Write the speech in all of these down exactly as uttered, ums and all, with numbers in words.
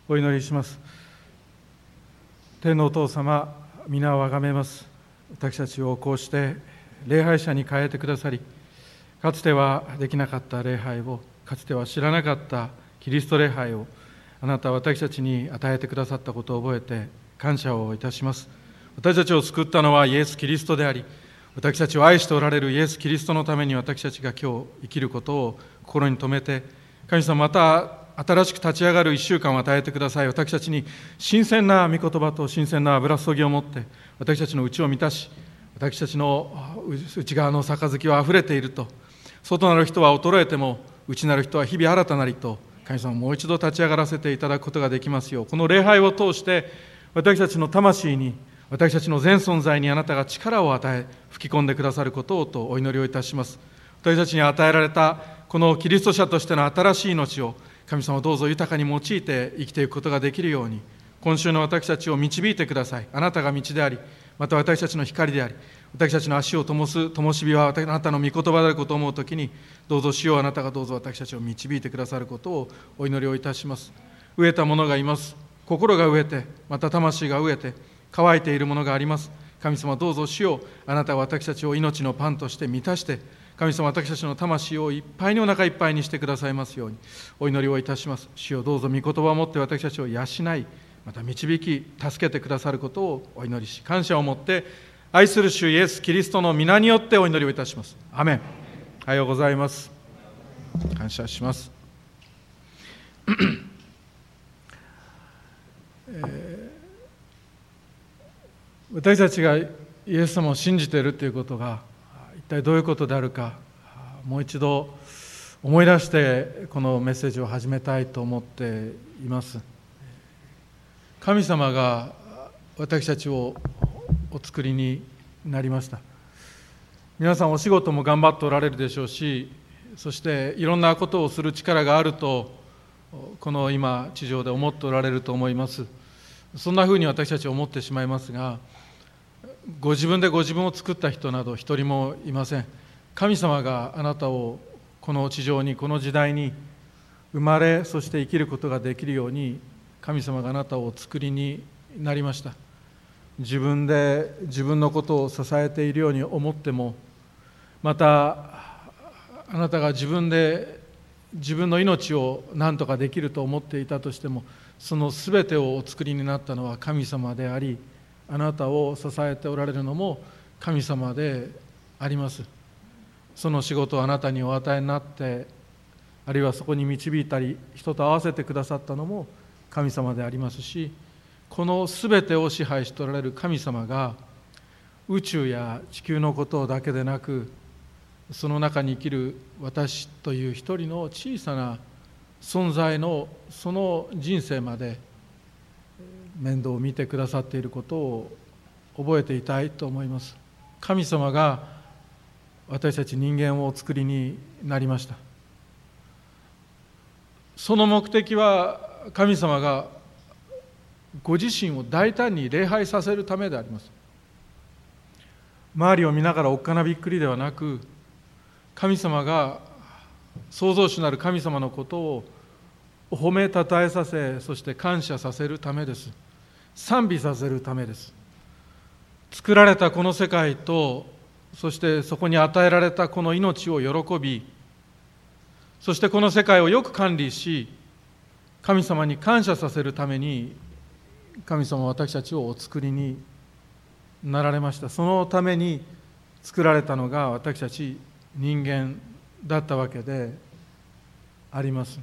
お祈りします。天のお父様、皆をあがめます。私たちをこうして礼拝者に変えてくださり、かつてはできなかった礼拝を、かつては知らなかったキリスト礼拝を、あなたは私たちに与えてくださったことを覚えて感謝をいたします。私たちを救ったのはイエス・キリストであり、私たちを愛しておられるイエス・キリストのために私たちが今日生きることを心に留めて、神様、また新しく立ち上がる一週間を与えてください。私たちに新鮮な御言葉と新鮮な油注ぎを持って私たちの内を満たし、私たちの内側の杯はあふれていると、外なる人は衰えても内なる人は日々新たなりと、神様、もう一度立ち上がらせていただくことができますよう、この礼拝を通して私たちの魂に、私たちの全存在にあなたが力を与え吹き込んでくださることをとお祈りをいたします。私たちに与えられたこのキリスト者としての新しい命を神様、どうぞ豊かに用いて生きていくことができるように、今週の私たちを導いてください。あなたが道であり、また私たちの光であり、私たちの足を灯す灯火はあなたの御言葉であることを思うときに、どうぞ主よ、あなたがどうぞ私たちを導いてくださることをお祈りをいたします。飢えた者がいます。心が飢えて、また魂が飢えて乾いているものがあります。神様、どうぞ主よ、あなたは私たちを命のパンとして満たして、神様、私たちの魂をいっぱいにお腹いっぱいにしてくださいますようにお祈りをいたします。主よ、どうぞ御言葉を持って私たちを養い、また導き助けてくださることをお祈りし、感謝を持って愛する主イエス・キリストの皆によってお祈りをいたします。アメン。おはようございます。感謝します。えー、私たちがイエス様を信じているということが一体どういうことであるか、もう一度思い出してこのメッセージを始めたいと思っています。神様が私たちをお作りになりました。皆さんお仕事も頑張っておられるでしょうし、そしていろんなことをする力があるとこの今地上で思っておられると思います。そんなふうに私たちは思ってしまいますが、ご自分でご自分を作った人など一人もいません。神様があなたをこの地上に、この時代に生まれ、そして生きることができるように神様があなたをお作りになりました。自分で自分のことを支えているように思っても、またあなたが自分で自分の命を何とかできると思っていたとしても、そのすべてをお作りになったのは神様であり、あなたを支えておられるのも神様であります。その仕事をあなたにお与えになって、あるいはそこに導いたり人と合わせてくださったのも神様でありますし、このすべてを支配しておられる神様が宇宙や地球のことだけでなく、その中に生きる私という一人の小さな存在のその人生まで面倒を見てくださっていることを覚えていたいと思います。神様が私たち人間をお作りになりました。その目的は神様がご自身を大胆に礼拝させるためであります。周りを見ながらおっかなびっくりではなく、神様が創造主なる神様のことを褒めたたえさせ、そして感謝させるためです。賛美させるためです。作られたこの世界と、そしてそこに与えられたこの命を喜び、そしてこの世界をよく管理し、神様に感謝させるために神様は私たちをお作りになられました。そのために作られたのが私たち人間だったわけであります。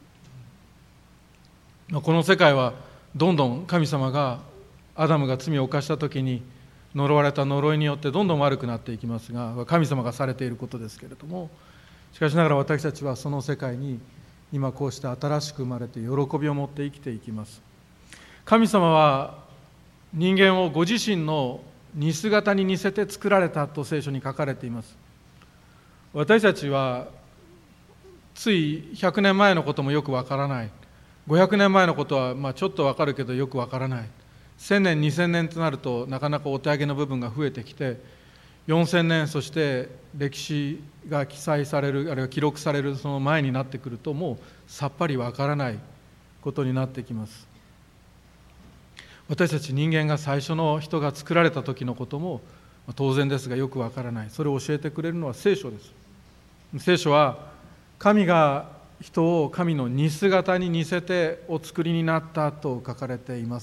この世界はどんどん神様がアダムが罪を犯した時に呪われた呪いによってどんどん悪くなっていきますが、神様がされていることですけれども、しかしながら私たちはその世界に今こうして新しく生まれて喜びを持って生きていきます。神様は人間をご自身の似姿に似せて作られたと聖書に書かれています。私たちはついひゃくねんまえのこともよくわからない、ごひゃくねんまえのことはまあちょっとわかるけどよくわからない、せんねんにせんねんとなるとなかなかお手上げの部分が増えてきて、よんせんねん、そして歴史が記載される、あるいは記録されるその前になってくると、もうさっぱりわからないことになってきます。私たち人間が最初の人が作られた時のことも当然ですがよくわからない。それを教えてくれるのは聖書です。聖書は神が人を神の似姿に似せてお作りになったと書かれています。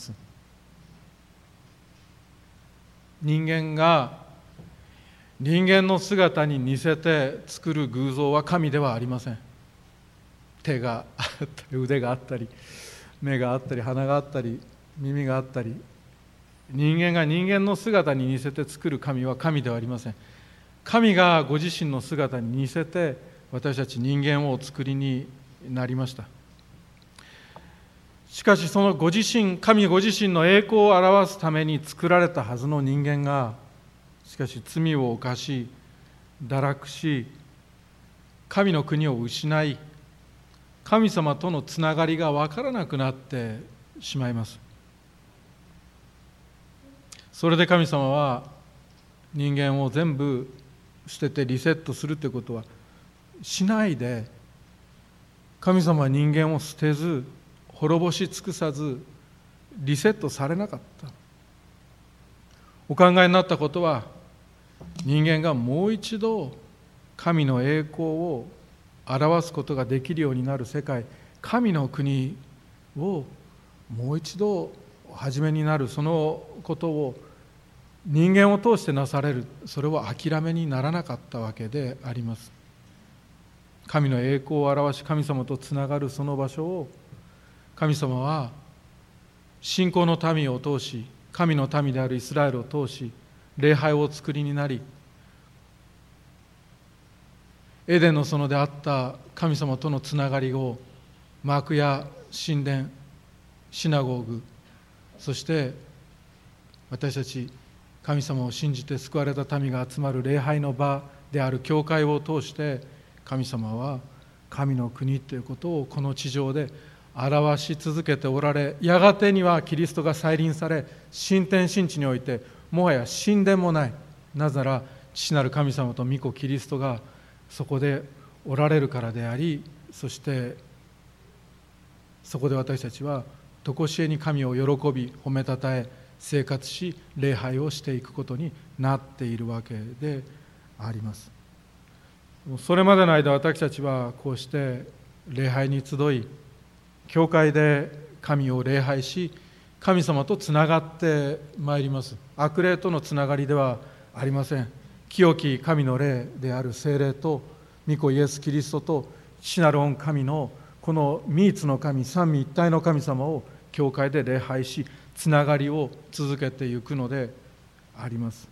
人間が人間の姿に似せて作る偶像は神ではありません。手があったり腕があったり目があったり鼻があったり耳があったり、人間が人間の姿に似せて作る神は神ではありません。神がご自身の姿に似せて私たち人間をお作りになりました。しかしそのご自身、神ご自身の栄光を表すために作られたはずの人間が、しかし罪を犯し、堕落し、神の国を失い、神様とのつながりが分からなくなってしまいます。それで神様は人間を全部捨ててリセットするということはしないで、神様は人間を捨てず滅ぼし尽くさずリセットされなかった。お考えになったことは、人間がもう一度神の栄光を表すことができるようになる世界、神の国をもう一度初めになる、そのことを人間を通してなされる、それを諦めにならなかったわけであります。神の栄光を表し神様とつながるその場所を神様は信仰の民を通し、神の民であるイスラエルを通し礼拝をお作りになり、エデンの園であった神様とのつながりを幕や神殿、シナゴーグ、そして私たち神様を信じて救われた民が集まる礼拝の場である教会を通して神様は神の国ということをこの地上で表し続けておられ、やがてにはキリストが再臨され、新天新地においてもはや神殿もない。なぜなら父なる神様と御子キリストがそこでおられるからであり、そしてそこで私たちは常しえに神を喜び褒めたたえ生活し礼拝をしていくことになっているわけであります。それまでの間、私たちはこうして礼拝に集い、教会で神を礼拝し神様とつながってまいります。悪霊とのつながりではありません。清き神の霊である聖霊と御子イエス・キリストと父なる御神のこの三つの神、三位一体の神様を教会で礼拝しつながりを続けていくのであります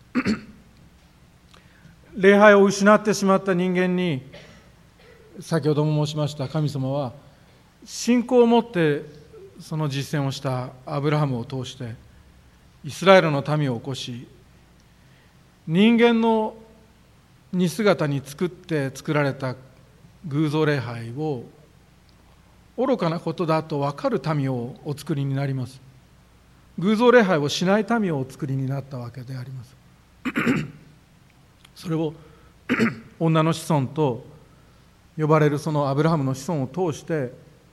礼拝を失ってしまった人間に、先ほども申しました神様は信仰を持ってその実践をしたアブラハムを通してイスラエルの民を起こし、人間の似姿に作って作られた偶像礼拝を愚かなことだと分かる民をお作りになります。偶像礼拝をしない民をお作りになったわけでありますそれを女の子孫と呼ばれるそのアブラハムの子孫を通して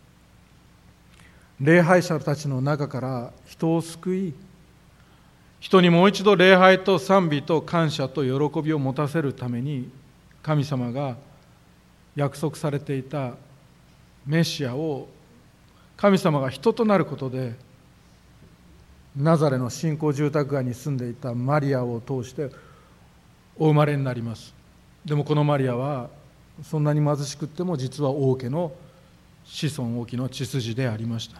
礼拝者たちの中から人を救い、人にもう一度礼拝と賛美と感謝と喜びを持たせるために神様が約束されていたメシアを神様が人となることでナザレの新興住宅街に住んでいたマリアを通してお生まれになります。でもこのマリアはそんなに貧しくっても実は王家の子孫王家の血筋でありました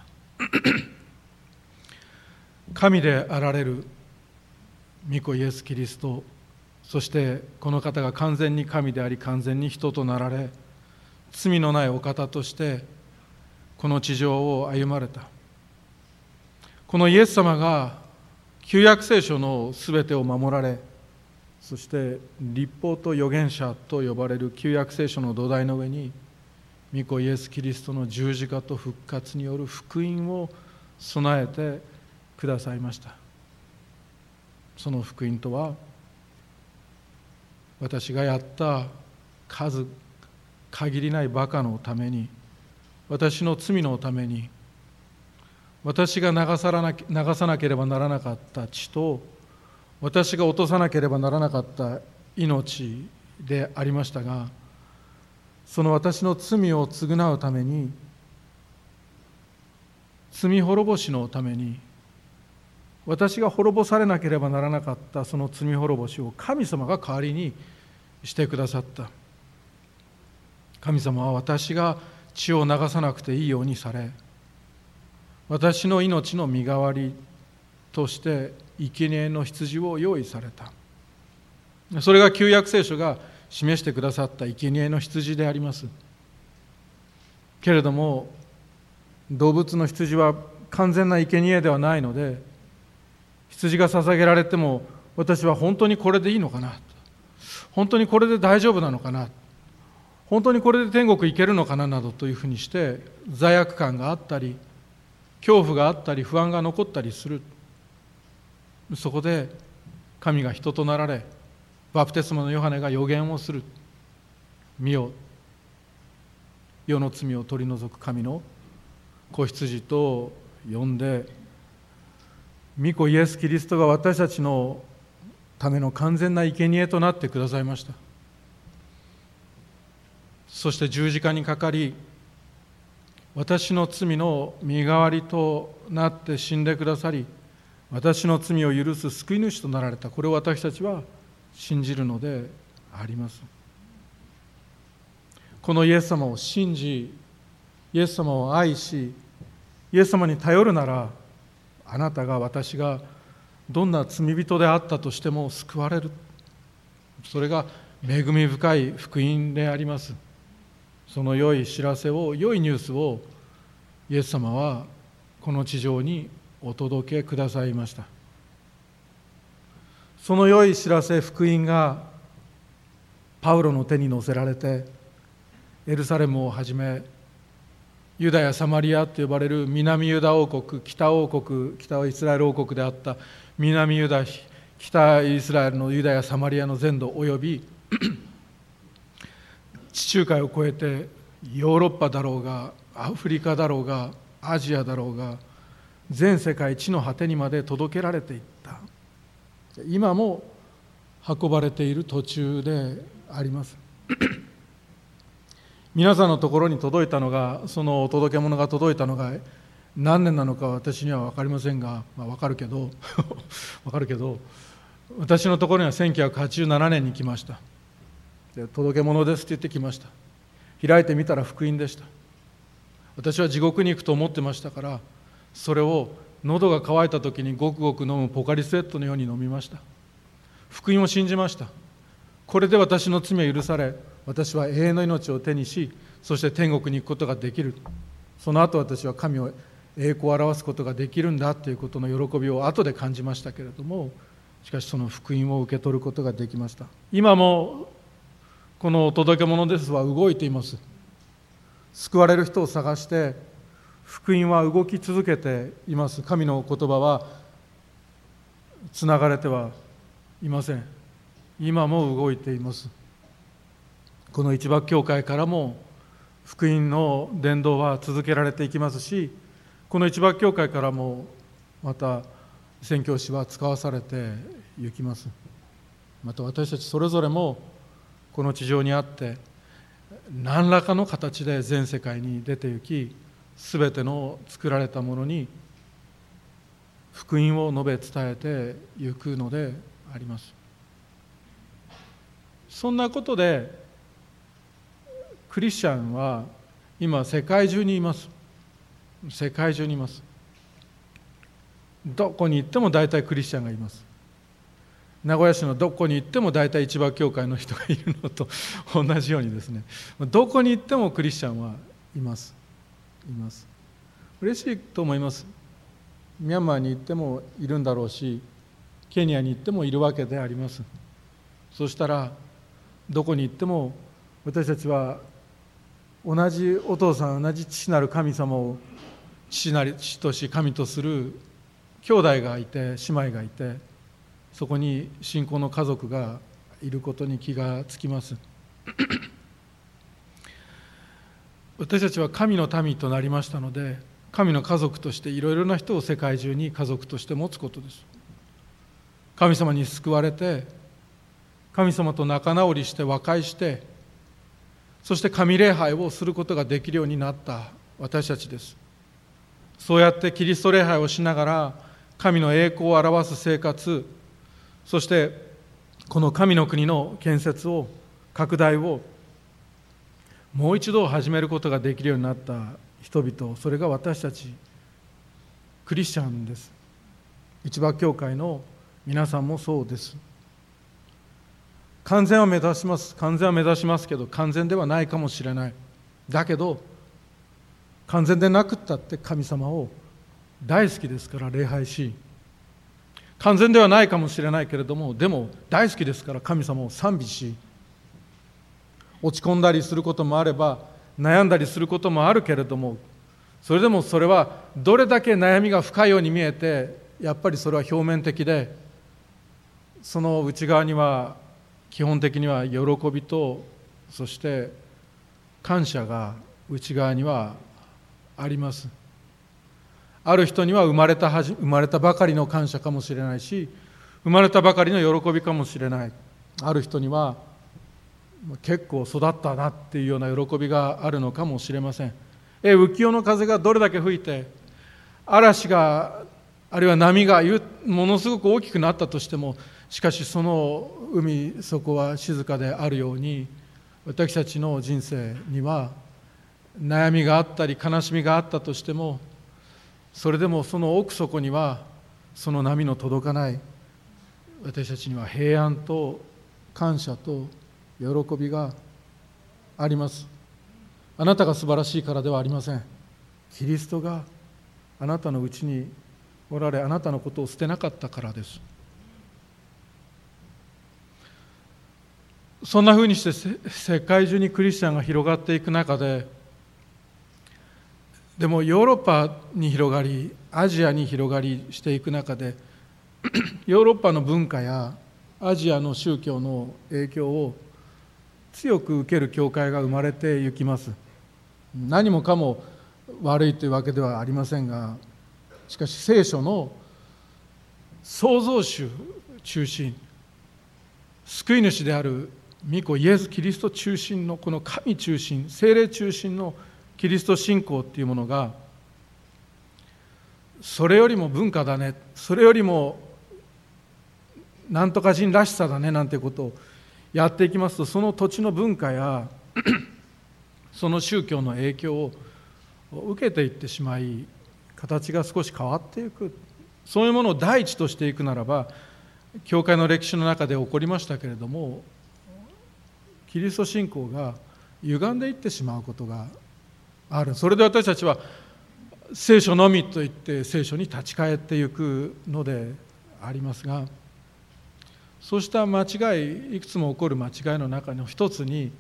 神であられる御子イエス・キリスト、そしてこの方が完全に神であり完全に人となられ、罪のないお方としてこの地上を歩まれた。このイエス様が旧約聖書のすべてを守られ、そして律法と預言者と呼ばれる旧約聖書の土台の上に御子イエス・キリストの十字架と復活による福音を備えてくださいました。その福音とは、私がやった数限りないバカのために、私の罪のために私が流さな流さなければならなかった血と、私が落とさなければならなかった命でありましたが、その私の罪を償うために、罪滅ぼしのために、私が滅ぼされなければならなかったその罪滅ぼしを神様が代わりにしてくださった。神様は私が血を流さなくていいようにされ、私の命の身代わりとして生贄の羊を用意された。それが旧約聖書が示してくださった生贄の羊であります。けれども動物の羊は完全な生贄ではないので、羊が捧げられても私は本当にこれでいいのかな、本当にこれで大丈夫なのかな、本当にこれで天国行けるのかななどというふうにして罪悪感があったり、恐怖があったり、不安が残ったりする。そこで神が人となられ、バプテスマのヨハネが預言をする。見よ、世の罪を取り除く神の子羊と呼んで、御子イエス・キリストが私たちのための完全な生贄となってくださいました。そして十字架にかかり、私の罪の身代わりとなって死んでくださり、私の罪を許す救い主となられた。これを私たちは信じるのであります。このイエス様を信じ、イエス様を愛し、イエス様に頼るなら、あなたが私がどんな罪人であったとしても救われる。それが恵み深い福音であります。その良い知らせを、良いニュースをイエス様はこの地上にお届けくださいました。その良い知らせ、福音がパウロの手に乗せられて、エルサレムをはじめユダヤ・サマリアと呼ばれる南ユダ王国、北王国、北イスラエル王国であった南ユダ、北イスラエルのユダヤ・サマリアの全土および地中海を越えてヨーロッパだろうが、アフリカだろうが、アジアだろうが、全世界地の果てにまで届けられていった。今も運ばれている途中であります。皆さんのところに届いたのが、そのお届け物が届いたのが何年なのか私には分かりませんが、まあ、分かるけど分かるけど私のところにはせんきゅうひゃくはちじゅうななねんに来ました。で、届け物ですって言ってきました。開いてみたら福音でした。私は地獄に行くと思ってましたから、それを喉が渇いた時にごくごく飲むポカリスエットのように飲みました。福音を信じました。これで私の罪は許され、私は永遠の命を手にし、そして天国に行くことができる。その後私は神を栄光を表すことができるんだということの喜びを後で感じましたけれども、しかしその福音を受け取ることができました。今もこのお届け物ですは動いています。救われる人を探して福音は動き続けています。神の言葉はつながれてはいません。今も動いています。この一幕教会からも福音の伝道は続けられていきますし、この一幕教会からもまた宣教師は使わされていきます。また私たちそれぞれもこの地上にあって何らかの形で全世界に出て行き、すべての作られたものに福音を述べ伝えていくのであります。そんなことでクリスチャンは今世界中にいます。世界中にいます。どこに行っても大体クリスチャンがいます。名古屋市のどこに行っても大体一番教会の人がいるのと同じようにですね、どこに行ってもクリスチャンはいますいます嬉しいと思います。ミャンマーに行ってもいるんだろうし、ケニアに行ってもいるわけであります。そしたらどこに行っても私たちは同じお父さん、同じ父なる神様を父なり父とし神とする兄弟がいて姉妹がいて、そこに信仰の家族がいることに気がつきます私たちは神の民となりましたので、 神の家族としていろいろな人を世界中に家族として持つことです。神様に救われて、神様と仲直りして和解して、そして神礼拝をすることができるようになった私たちです。そうやってキリスト礼拝をしながら神の栄光を表す生活、そしてこの神の国の建設を、拡大をもう一度始めることができるようになった人々、それが私たちクリスチャンです。市場教会の皆さんもそうです。完全は目指します。完全は目指しますけど、完全ではないかもしれない。だけど、完全でなくったって神様を大好きですから礼拝し、完全ではないかもしれないけれども、でも大好きですから神様を賛美し、落ち込んだりすることもあれば、悩んだりすることもあるけれども、それでもそれはどれだけ悩みが深いように見えて、やっぱりそれは表面的で、その内側には基本的には喜びと、そして感謝が内側にはあります。ある人には生まれたはじ生まれたばかりの感謝かもしれないし、生まれたばかりの喜びかもしれない。ある人には結構育ったなっていうような喜びがあるのかもしれません。え浮世の風がどれだけ吹いて、嵐があるいは波がものすごく大きくなったとしても、しかしその海底は静かであるように、私たちの人生には悩みがあったり悲しみがあったとしても、それでもその奥底にはその波の届かない私たちには平安と感謝と喜びがあります。あなたが素晴らしいからではありません。キリストがあなたのうちにおられ、あなたのことを捨てなかったからです。そんなふうにして世界中にクリスチャンが広がっていく中で、でもヨーロッパに広がり、アジアに広がりしていく中で、ヨーロッパの文化やアジアの宗教の影響を強く受ける教会が生まれていきます。何もかも悪いというわけではありませんが、しかし聖書の創造主中心、救い主である御子イエス・キリスト中心の、この神中心、聖霊中心のキリスト信仰っていうものが、それよりも文化だね、それよりもなんとか人らしさだねなんてことをやっていきますと、その土地の文化やその宗教の影響を受けていってしまい、形が少し変わっていく。そういうものを第一としていくならば、教会の歴史の中で起こりましたけれども、キリスト信仰が歪んでいってしまうことがある。それで私たちは聖書のみと言って聖書に立ち返っていくのでありますが、そうした間違い、いくつも起こる間違いの中の一つに、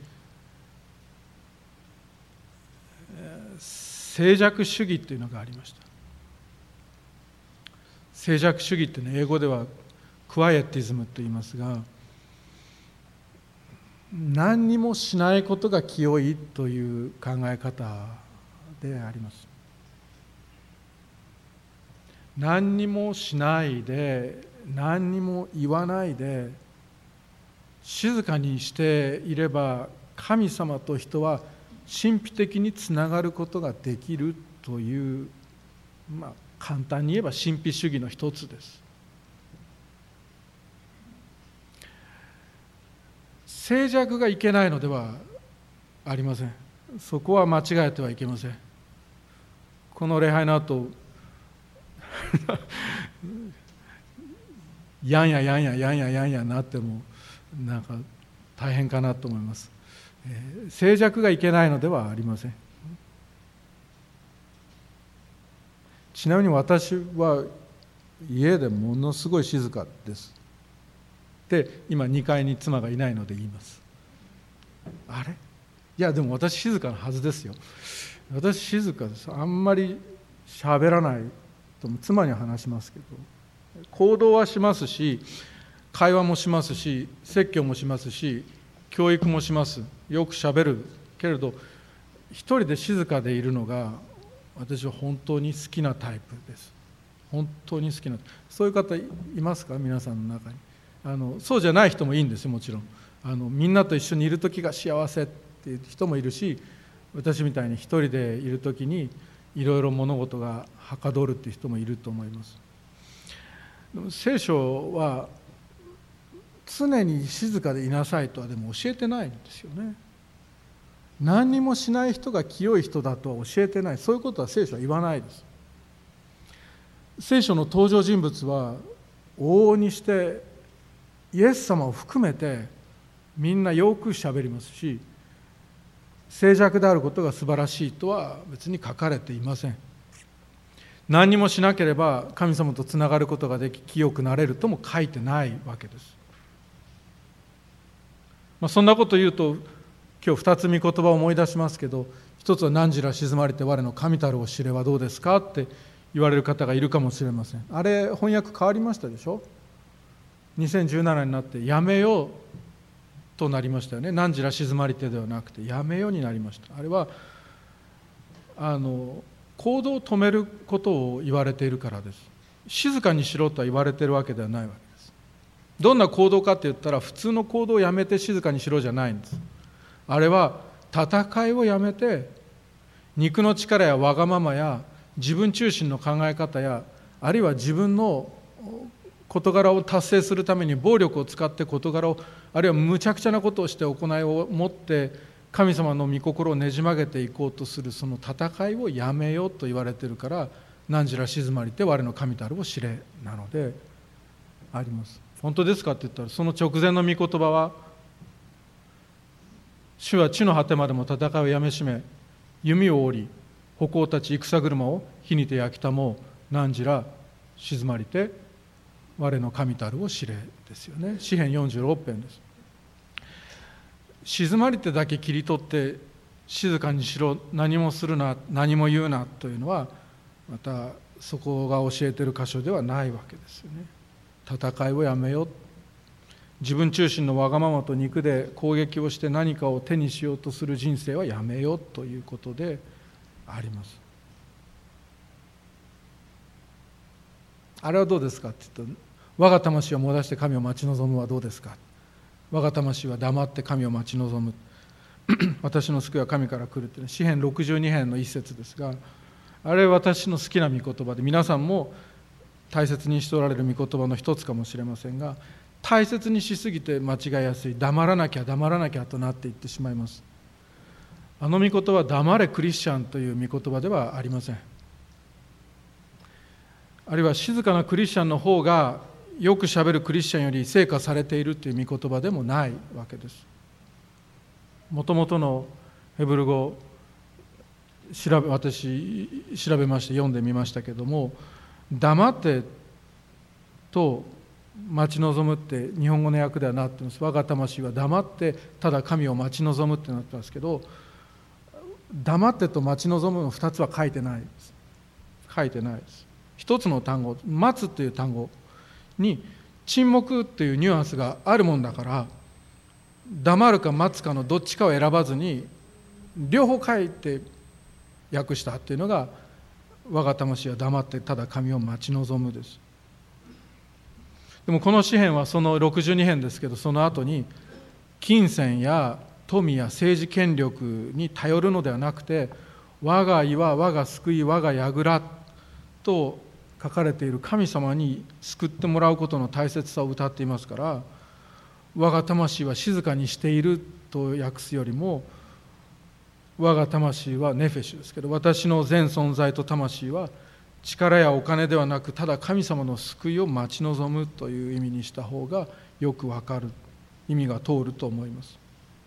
静寂主義というのがありました。静寂主義っていうのは英語ではクワイエティズムと言いますが、何にもしないことが清いという考え方であります。何にもしないで、何にも言わないで、静かにしていれば神様と人は神秘的につながることができるという、まあ簡単に言えば神秘主義の一つです。静寂がいけないのではありません。そこは間違えてはいけません。この礼拝の後やんややんややんややんやなってもなんか大変かなと思います。えー、静寂がいけないのではありません。ちなみに私は家でものすごい静かですで、今にかいに妻がいないので言います。あれ、いやでも私静かなはずですよ。私静かです。あんまり喋らないと妻には話しますけど、行動はしますし、会話もしますし、説教もしますし、教育もします。よく喋るけれど、一人で静かでいるのが私は本当に好きなタイプです。本当に好きな、そういう方いますか、皆さんの中に。あのそうじゃない人もいいんですよ、もちろん。あのみんなと一緒にいる時が幸せっていう人もいるし、私みたいに一人でいる時にいろいろ物事がはかどるっていう人もいると思います。でも聖書は常に静かでいなさいとはでも教えてないんですよね。何にもしない人が清い人だとは教えてない。そういうことは聖書は言わないです。聖書の登場人物は往々にしてイエス様を含めてみんなよくしゃべりますし、静寂であることが素晴らしいとは別に書かれていません。何にもしなければ神様とつながることができ清くなれるとも書いてないわけです。まあ、そんなこと言うと今日二つ御言葉を思い出しますけど、一つは何時ら静まれて我の神たるを知れはどうですかって言われる方がいるかもしれません。あれ翻訳変わりましたでしょ。にせんじゅうななになってやめようとなりましたよね。何時ら静まりてではなくてやめようになりました。あれはあの行動を止めることを言われているからです。静かにしろとは言われているわけではないわけです。どんな行動かって言ったら普通の行動をやめて静かにしろじゃないんです。あれは戦いをやめて肉の力やわがままや自分中心の考え方やあるいは自分の事柄を達成するために暴力を使って事柄をあるいは無茶苦茶なことをして行いを持って神様の御心をねじ曲げていこうとするその戦いをやめようと言われているから、何時ら静まりて我の神たるを知れなのであります。本当ですかって言ったら、その直前の御言葉は、主は地の果てまでも戦いをやめしめ、弓を折り矛を立ち戦車を火にて焼きたもう、何時ら静まりて我の神たるを知れですよね。詩編よんじゅうろく編です。静まりてだけ切り取って静かにしろ、何もするな、何も言うなというのはまたそこが教えている箇所ではないわけですよね。戦いをやめよう、自分中心のわがままと肉で攻撃をして何かを手にしようとする人生はやめようということであります。あれはどうですかって言うと、我が魂を戻して神を待ち望むはどうですか。我が魂は黙って神を待ち望む私の救いは神から来るという詩編ろくじゅうに編の一節ですが、あれは私の好きな御言葉で、皆さんも大切にしておられる御言葉の一つかもしれませんが、大切にしすぎて間違いやすい、黙らなきゃ黙らなきゃとなっていってしまいます。あの御言葉は黙れクリスチャンという御言葉ではありません。あるいは静かなクリスチャンの方がよくしゃべるクリスチャンより成果されているという御言葉でもないわけです。もともとのヘブル語調べ私調べまして読んでみましたけれども、黙ってと待ち望むって日本語の訳ではなっています。我が魂は黙ってただ神を待ち望むってなってますけど、黙ってと待ち望むのふたつは書いてないです。書いてないです。一つの単語、待つという単語に沈黙というニュアンスがあるもんだから、黙るか待つかのどっちかを選ばずに両方書いて訳したというのが、我が魂は黙ってただ神を待ち望むです。でもこの詩編はそのろくじゅうに編ですけど、その後に金銭や富や政治権力に頼るのではなくて、我が岩、我が救い、我が櫓と書かれている神様に救ってもらうことの大切さを歌っていますから、我が魂は静かにしていると訳すよりも、我が魂はネフェシュですけど、私の全存在と魂は力やお金ではなく、ただ神様の救いを待ち望むという意味にした方がよくわかる、意味が通ると思います。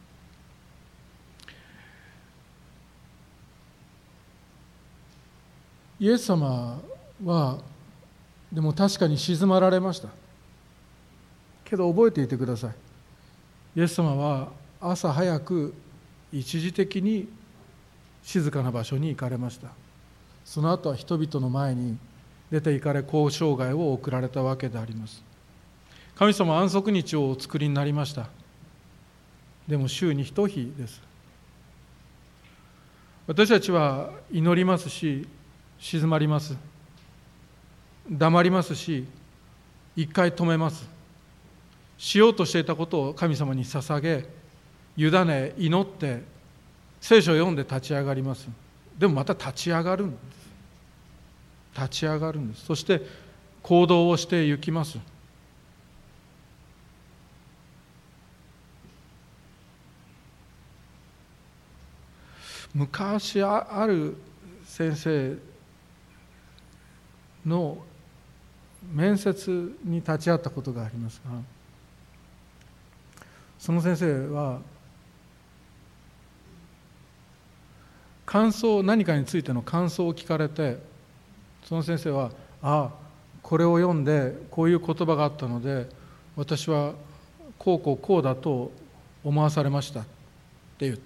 イエス様はでも確かに静まられましたけど、覚えていてください。イエス様は朝早く一時的に静かな場所に行かれました。その後は人々の前に出て行かれ、交渉外を送られたわけであります。神様は安息日をお作りになりました。でも週に一日です。 私たちは祈りますし、静まります。黙りますし、一回止めます。しようとしていたことを神様に捧げ、委ね、祈って、聖書を読んで立ち上がります。でもまた立ち上がるんです。立ち上がるんです。そして行動をして行きます。昔ある先生の面接に立ち会ったことがありますが、その先生は感想、何かについての感想を聞かれて、その先生は、ああ、これを読んでこういう言葉があったので、私はこうこうこうだと思わされましたって言った。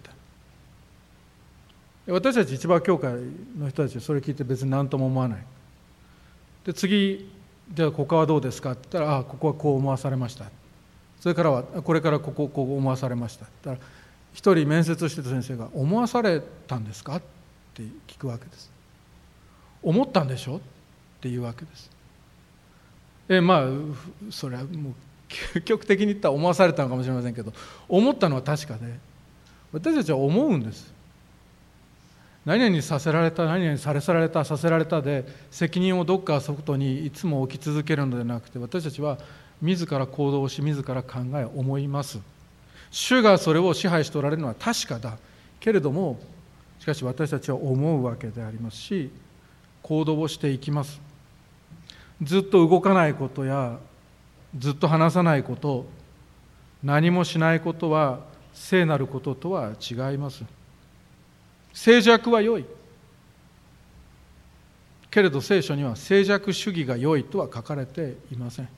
私たち一番教会の人たちはそれ聞いて別に何とも思わない。で次、じゃあここはどうですかって言ったら、ああ、ここはこう思わされました。それからはこれからここをこう思わされましたって言ったら、一人面接をしてた先生が、思わされたんですかって聞くわけです。思ったんでしょっていうわけです。えまあそれはもう究極的に言ったら思わされたのかもしれませんけど、思ったのは確かで、私たちは思うんです。何々させられた、何々されされた、させられたで責任をどっか外にいつも置き続けるのではなくて、私たちは自ら行動し、自ら考え、思います。主がそれを支配しておられるのは確かだけれども、しかし私たちは思うわけでありますし、行動をしていきます。ずっと動かないことやずっと話さないこと、何もしないことは聖なることとは違います。静寂は良いけれど、聖書には静寂主義が良いとは書かれていません。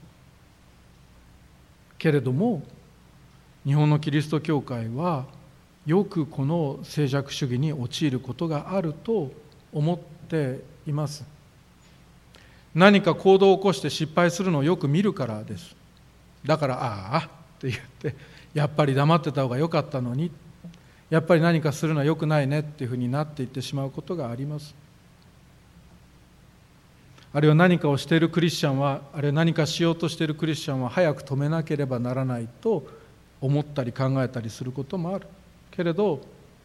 けれども日本のキリスト教会はよくこの静寂主義に陥ることがあると思っています。何か行動を起こして失敗するのをよく見るからです。だからああって言って、やっぱり黙ってた方が良かったのに、やっぱり何かするのは良くないねっていうふうになっていってしまうことがあります。あるいは何かをしているクリスチャンは、あるいは何かしようとしているクリスチャンは早く止めなければならないと思ったり考えたりすることもあるけれど、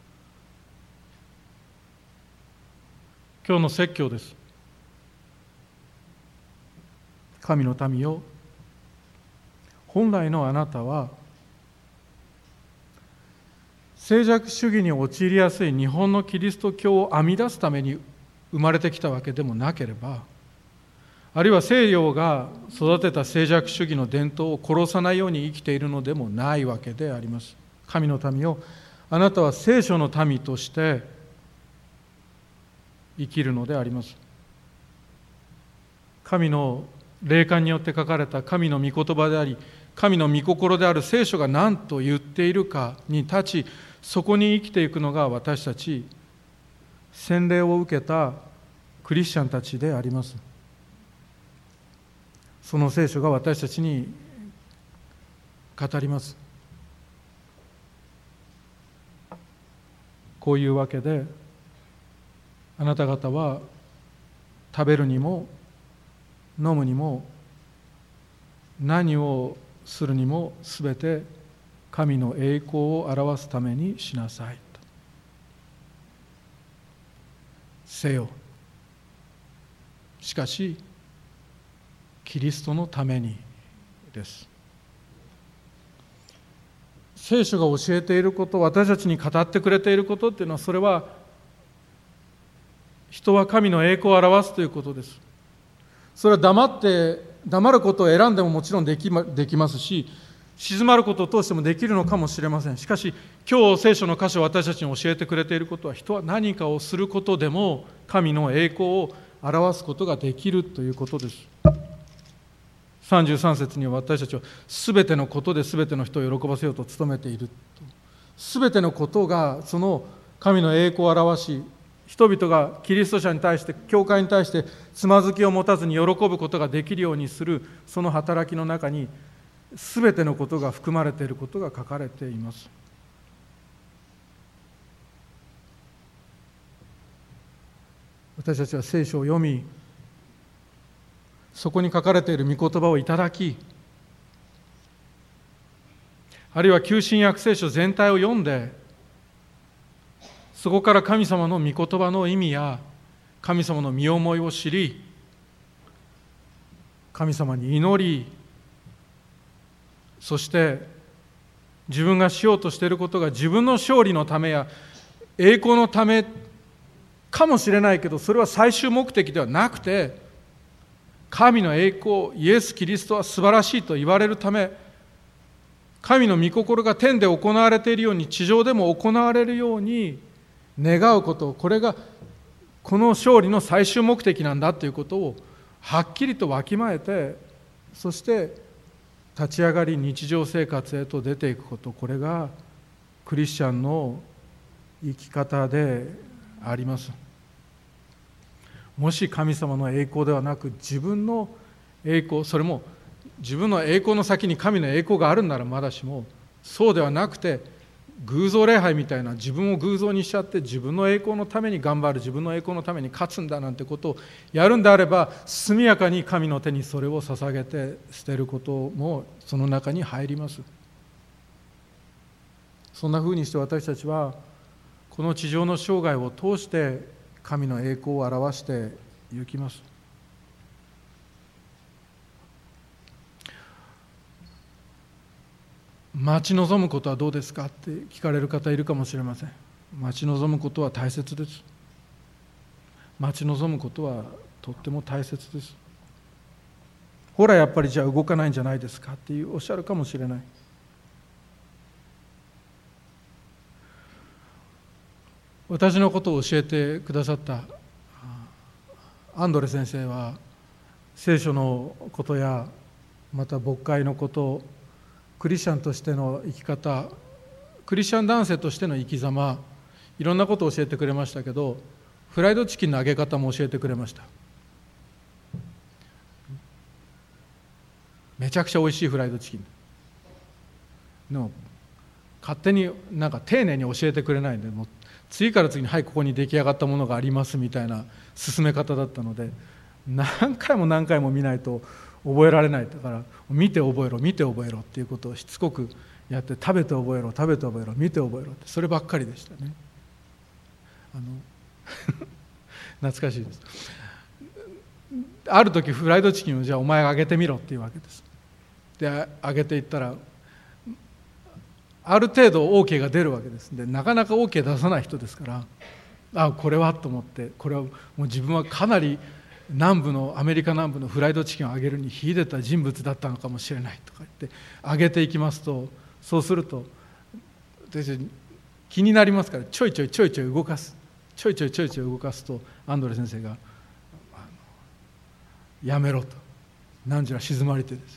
今日の説教です。神の民よ、本来のあなたは静寂主義に陥りやすい日本のキリスト教を編み出すために生まれてきたわけでもなければ、あるいは西洋が育てた静寂主義の伝統を殺さないように生きているのでもないわけであります。神の民よ、あなたは聖書の民として生きるのであります。神の霊感によって書かれた神の御言葉であり、神の御心である聖書が何と言っているかに立ち、そこに生きていくのが私たち洗礼を受けたクリスチャンたちであります。その聖書が私たちに語ります。こういうわけで、あなた方は食べるにも飲むにも何をするにもすべて神の栄光を表すためにしなさいと。せよ。しかしキリストのためにです。聖書が教えていること、私たちに語ってくれていることっていうのは、それは人は神の栄光を表すということです。それは黙って黙ることを選んでももちろんできま、できますし、静まることを通してもできるのかもしれません。しかし今日聖書の箇所を私たちに教えてくれていることは、人は何かをすることでも神の栄光を表すことができるということです。さんじゅうさん節には、私たちはすべてのことですべての人を喜ばせようと努めていると。すべてのことがその神の栄光を表し、人々がキリスト者に対して、教会に対してつまずきを持たずに喜ぶことができるようにする、その働きの中にすべてのことが含まれていることが書かれています。 私たちは聖書を読み、そこに書かれている御言葉をいただき、あるいは旧新約聖書全体を読んで、そこから神様の御言葉の意味や神様の身思いを知り、神様に祈り、そして自分がしようとしていることが自分の勝利のためや栄光のためかもしれないけど、それは最終目的ではなくて、神の栄光、イエス・キリストは素晴らしいと言われるため、神の御心が天で行われているように地上でも行われるように願うこと、これがこの勝利の最終目的なんだということをはっきりとわきまえて、そして立ち上がり日常生活へと出ていくこと、これがクリスチャンの生き方であります。もし神様の栄光ではなく自分の栄光、それも自分の栄光の先に神の栄光があるんならまだしも、そうではなくて偶像礼拝みたいな自分を偶像にしちゃって自分の栄光のために頑張る、自分の栄光のために勝つんだなんてことをやるんであれば、速やかに神の手にそれを捧げて捨てることもその中に入ります。そんなふうにして私たちはこの地上の生涯を通して神の栄光を表していきます。待ち望むことはどうですかって聞かれる方いるかもしれません。待ち望むことは大切です。待ち望むことはとっても大切です。ほらやっぱりじゃあ動かないんじゃないですかっておっしゃるかもしれない。私のことを教えてくださったアンドレ先生は、聖書のことやまた牧会のこと、クリスチャンとしての生き方、クリスチャン男性としての生き様、いろんなことを教えてくれましたけど、フライドチキンの揚げ方も教えてくれました。めちゃくちゃおいしいフライドチキンの勝手になんか丁寧に教えてくれないんで、もう次から次にはいここに出来上がったものがありますみたいな進め方だったので、何回も何回も見ないと覚えられない。だから見て覚えろ見て覚えろっていうことをしつこくやって、食べて覚えろ食べて覚えろ見て覚えろって、そればっかりでしたね。あの懐かしいです。ある時フライドチキンをじゃあお前揚げてみろっていうわけです。で揚げていったらある程度 OK が出るわけです。でなかなか OK 出さない人ですから、あこれはと思って、これはもう自分はかなり南部のアメリカ南部のフライドチキンを揚げるに秀でた人物だったのかもしれないとか言って揚げていきますと、そうすると気になりますから、ちょいちょいちょいちょい動かすちょいちょいちょいちょい動かすと、アンドレ先生がやめろと、なんじゃ静まりてです、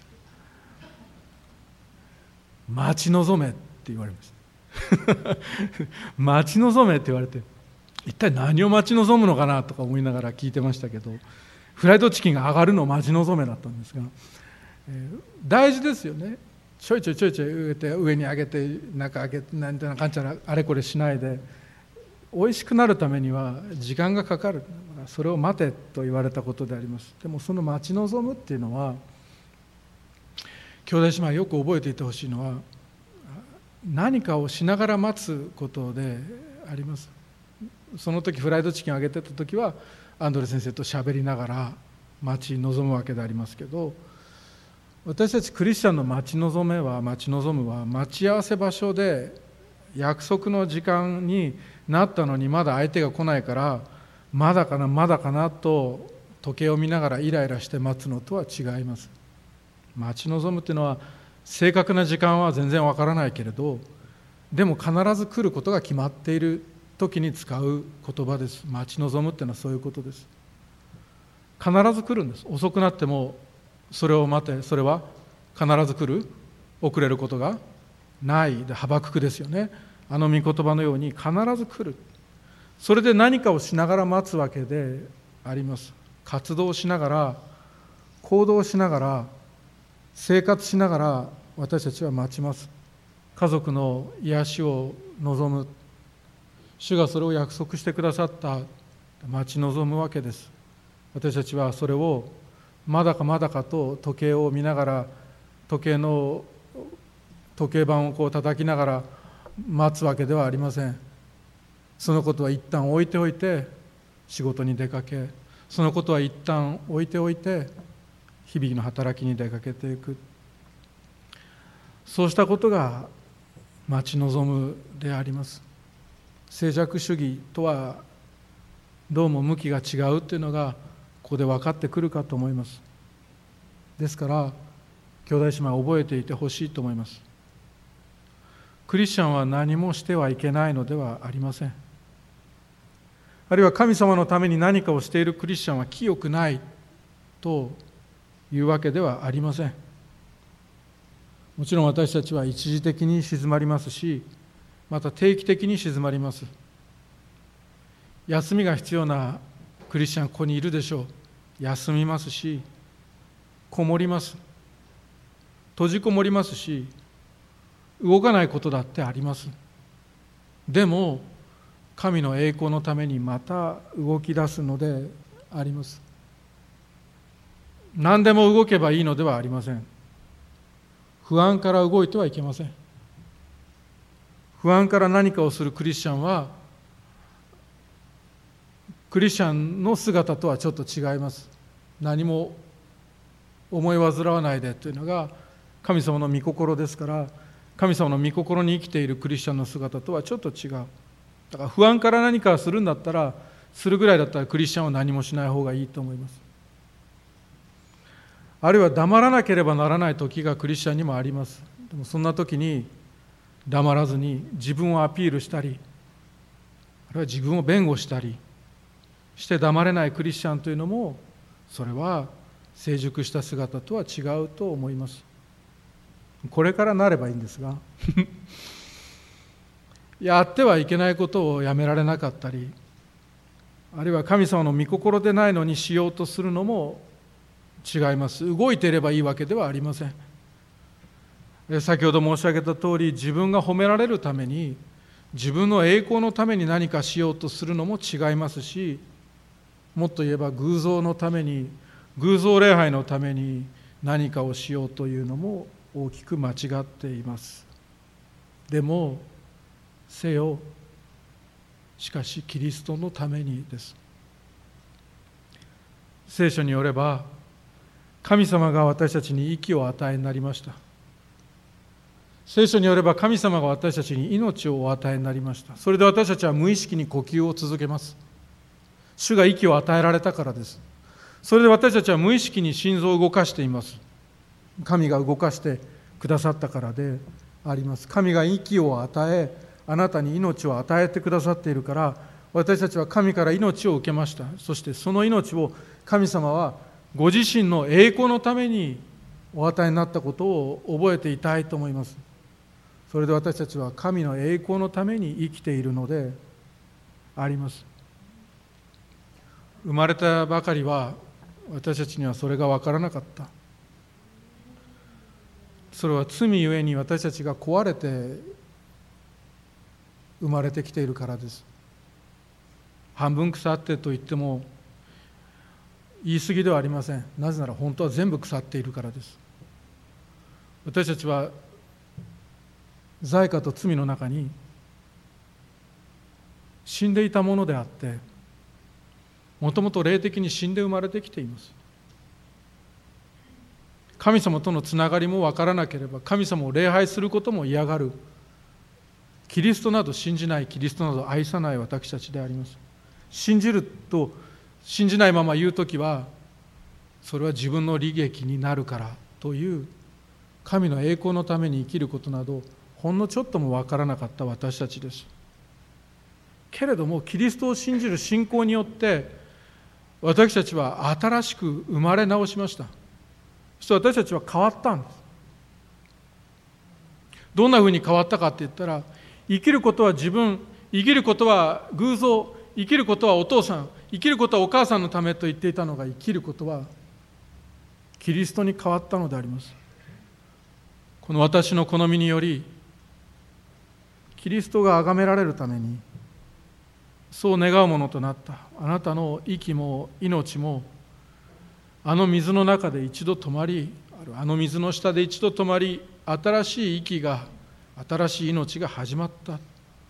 待ち望めって言われました待ち望めって言われて、一体何を待ち望むのかなとか思いながら聞いてましたけど、フライドチキンが上がるのを待ち望めだったんですが、えー、大事ですよね。ちょいちょいちょいちょい上て上に上げて中上げてなんてなかんちゃらあれこれしないで、美味しくなるためには時間がかかる。それを待てと言われたことであります。でもその待ち望むっていうのは、兄弟姉妹よく覚えていてほしいのは、何かをしながら待つことであります。その時フライドチキンを揚げてた時はアンドレ先生と喋りながら待ち望むわけでありますけど、私たちクリスチャンの待ち望めは待ち望むは待ち合わせ場所で約束の時間になったのにまだ相手が来ないから、まだかなまだかなと時計を見ながらイライラして待つのとは違います。待ち望むというのは正確な時間は全然わからないけれど、でも必ず来ることが決まっている時に使う言葉です。待ち望むっていうのはそういうことです。必ず来るんです。遅くなってもそれを待て、それは必ず来る、遅れることがないで、ハバククですよね。あの御言葉のように必ず来る。それで何かをしながら待つわけであります。活動しながら、行動しながら、生活しながら私たちは待ちます。家族の癒しを望む。主がそれを約束してくださった待ち望むわけです。私たちはそれをまだかまだかと時計を見ながら、時計の時計盤をこう叩きながら待つわけではありません。そのことは一旦置いておいて仕事に出かけ、そのことは一旦置いておいて日々の働きに出かけていく。そうしたことが待ち望むであります。静寂主義とはどうも向きが違うというのがここで分かってくるかと思います。ですから兄弟姉妹は覚えていてほしいと思います。クリスチャンは何もしてはいけないのではありません。あるいは神様のために何かをしているクリスチャンは清くないというわけではありません。もちろん私たちは一時的に静まりますし、また定期的に静まります。休みが必要なクリスチャンここにいるでしょう。休みますし、こもります。閉じこもりますし、動かないことだってあります。でも神の栄光のためにまた動き出すのであります。何でも動けばいいのではありません。不安から動いてはいけません。不安から何かをするクリスチャンはクリスチャンの姿とはちょっと違います。何も思い煩わないでというのが神様の御心ですから、神様の御心に生きているクリスチャンの姿とはちょっと違う。だから不安から何かするんだったら、するぐらいだったらクリスチャンは何もしない方がいいと思います。あるいは黙らなければならない時がクリスチャンにもあります。でもそんな時に黙らずに自分をアピールしたり、あるいは自分を弁護したりして黙れないクリスチャンというのも、それは成熟した姿とは違うと思います。これからなればいいんですがやってはいけないことをやめられなかったり、あるいは神様の御心でないのにしようとするのも違います。動いていればいいわけではありません。先ほど申し上げた通り、自分が褒められるために、自分の栄光のために何かしようとするのも違いますし、もっと言えば偶像のために、偶像礼拝のために何かをしようというのも大きく間違っています。でもせよ、しかしキリストのためにです。聖書によれば、神様が私たちに息を与えになりました。聖書によれば神様が私たちに命をお与えになりました。それで私たちは無意識に呼吸を続けます。主が息を与えられたからです。それで私たちは無意識に心臓を動かしています。神が動かしてくださったからであります。神が息を与え、あなたに命を与えてくださっているから、私たちは神から命を受けました。そしてその命を神様はご自身の栄光のためにお与えになったことを覚えていたいと思います。それで私たちは神の栄光のために生きているのであります。生まれたばかりは私たちにはそれが分からなかった。それは罪ゆえに私たちが壊れて生まれてきているからです。半分腐ってと言っても言い過ぎではありません。なぜなら本当は全部腐っているからです。私たちは罪過と罪の中に死んでいたものであって、もともと霊的に死んで生まれてきています。神様とのつながりも分からなければ、神様を礼拝することも嫌がる、キリストなど信じない、キリストなど愛さない私たちであります。信じると信じないまま言うときは、それは自分の利益になるからという神の栄光のために生きることなどほんのちょっとも分からなかった私たちです。けれどもキリストを信じる信仰によって私たちは新しく生まれ直しました。そして私たちは変わったんです。どんなふうに変わったかって言ったら、生きることは自分、生きることは偶像、生きることはお父さん、生きることはお母さんのためと言っていたのが、生きることはキリストに変わったのであります。この私の好みにより、キリストが崇められるためにそう願うものとなった。あなたの息も命もあの水の中で一度止まり、あの水の下で一度止まり、新しい息が、新しい命が始まった。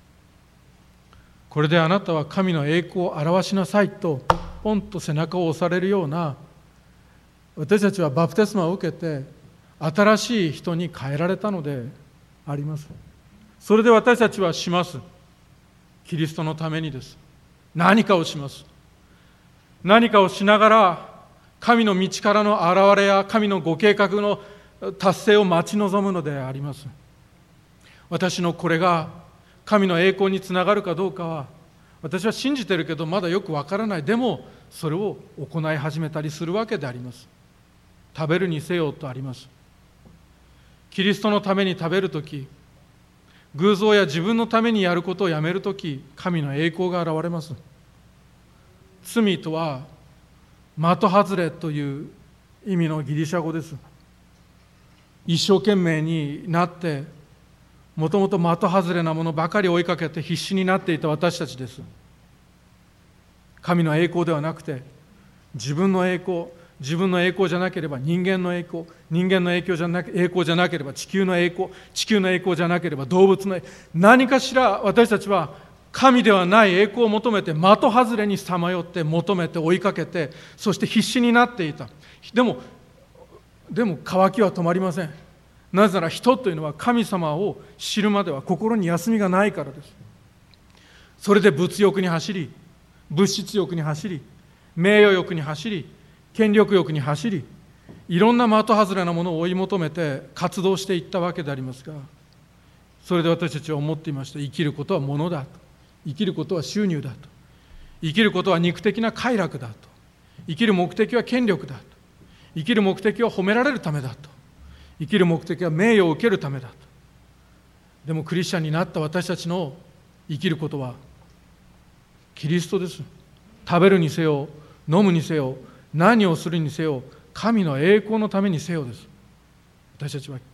これであなたは神の栄光を表しなさいとポンと背中を押されるような、私たちはバプテスマを受けて新しい人に変えられたのであります。それで私たちはします。キリストのためにです。何かをします。何かをしながら神の道からの現れや神のご計画の達成を待ち望むのであります。私のこれが神の栄光につながるかどうかは、私は信じてるけどまだよくわからない。でもそれを行い始めたりするわけであります。食べるにせよとあります。キリストのために食べるとき、偶像や自分のためにやることをやめるとき、神の栄光が現れます。罪とは的外れという意味のギリシャ語です。一生懸命になってもともと的外れなものばかり追いかけて必死になっていた私たちです。神の栄光ではなくて自分の栄光、自分の栄光じゃなければ人間の栄光、人間の栄光じゃなく栄光じゃなければ地球の栄光、地球の栄光じゃなければ動物の栄光、何かしら私たちは神ではない栄光を求めて的外れにさまよって求めて追いかけて、そして必死になっていた。でもでも渇きは止まりません。なぜなら人というのは神様を知るまでは心に休みがないからです。それで物欲に走り、物質欲に走り、名誉欲に走り、権力欲に走り、いろんな的外れなものを追い求めて活動していったわけでありますが、それで私たちは思っていました。生きることは物だと、生きることは収入だと、生きることは肉的な快楽だと、生きる目的は権力だと、生きる目的は褒められるためだと、生きる目的は名誉を受けるためだと。でもクリスチャンになった私たちの生きることはキリストです。食べるにせよ、飲むにせよ、何をするにせよ、神の栄光のためにせよです。私たちは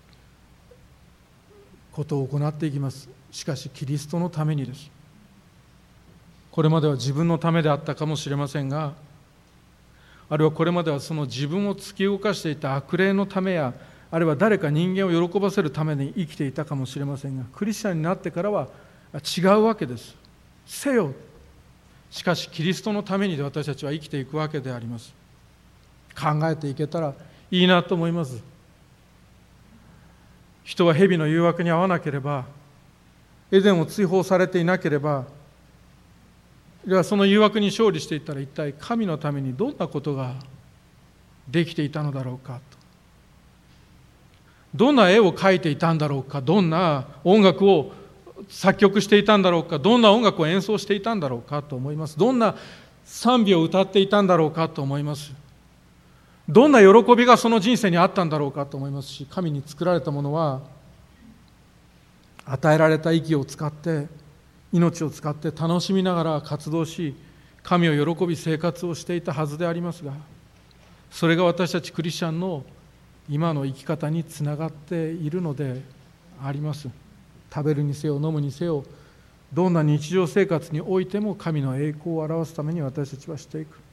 ことを行っていきます。しかしキリストのためにです。これまでは自分のためであったかもしれませんが、あるいはこれまではその自分を突き動かしていた悪霊のためや、あるいは誰か人間を喜ばせるために生きていたかもしれませんが、クリスチャンになってからは違うわけです。せよ。しかしキリストのためにで私たちは生きていくわけであります。考えていけたらいいなと思います。人は蛇の誘惑に遭わなければ、エデンを追放されていなければ、ではその誘惑に勝利していったら一体神のためにどんなことができていたのだろうかと。どんな絵を描いていたんだろうか、どんな音楽を作曲していたんだろうか、どんな音楽を演奏していたんだろうかと思います。どんな賛美を歌っていたんだろうかと思います。どんな喜びがその人生にあったんだろうかと思いますし、神に作られたものは与えられた息を使って、命を使って楽しみながら活動し、神を喜び生活をしていたはずでありますが、それが私たちクリスチャンの今の生き方につながっているのであります。食べるにせよ飲むにせよ、どんな日常生活においても神の栄光を表すために私たちはしていく。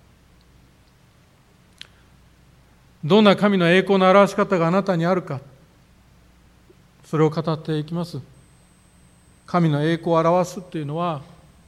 どんな神の栄光の表し方があなたにあるか、それを語っていきます。神の栄光を表すというのは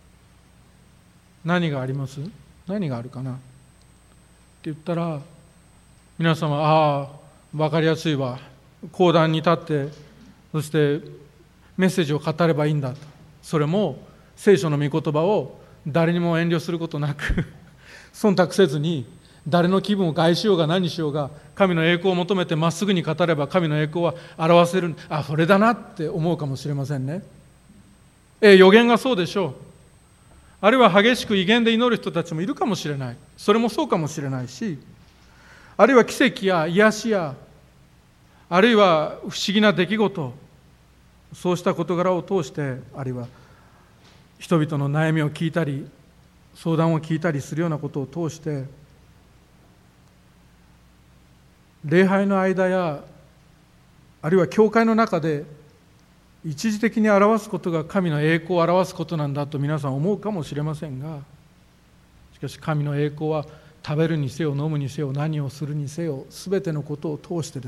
何があります？何があるかなって言ったら、皆様、ああ分かりやすいわ、講談に立ってそしてメッセージを語ればいいんだと。それも聖書の御言葉を誰にも遠慮することなく忖度せずに、誰の気分を害しようが何しようが神の栄光を求めてまっすぐに語れば神の栄光は表せる。あ、それだなって思うかもしれませんね。え予言がそうでしょう。あるいは激しく威厳で祈る人たちもいるかもしれない。それもそうかもしれないし、あるいは奇跡や癒しや、あるいは不思議な出来事、そうした事柄を通して、あるいは人々の悩みを聞いたり相談を聞いたりするようなことを通して、礼拝の間やあるいは教会の中で一時的に表すことが神の栄光を表すことなんだと皆さん思うかもしれませんが、しかし神の栄光は食べるにせよ飲むにせよ何をするにせよすべてのことを通してです。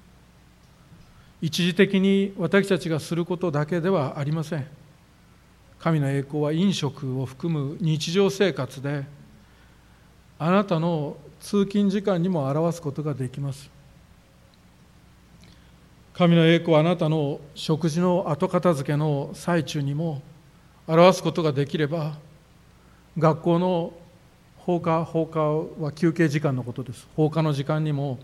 一時的に私たちがすることだけではありません。神の栄光は飲食を含む日常生活であなたの通勤時間にも表すことができます。神の栄光はあなたの食事の後片付けの最中にも表すことができれば、学校の放課放課は休憩時間のことです。放課の時間にも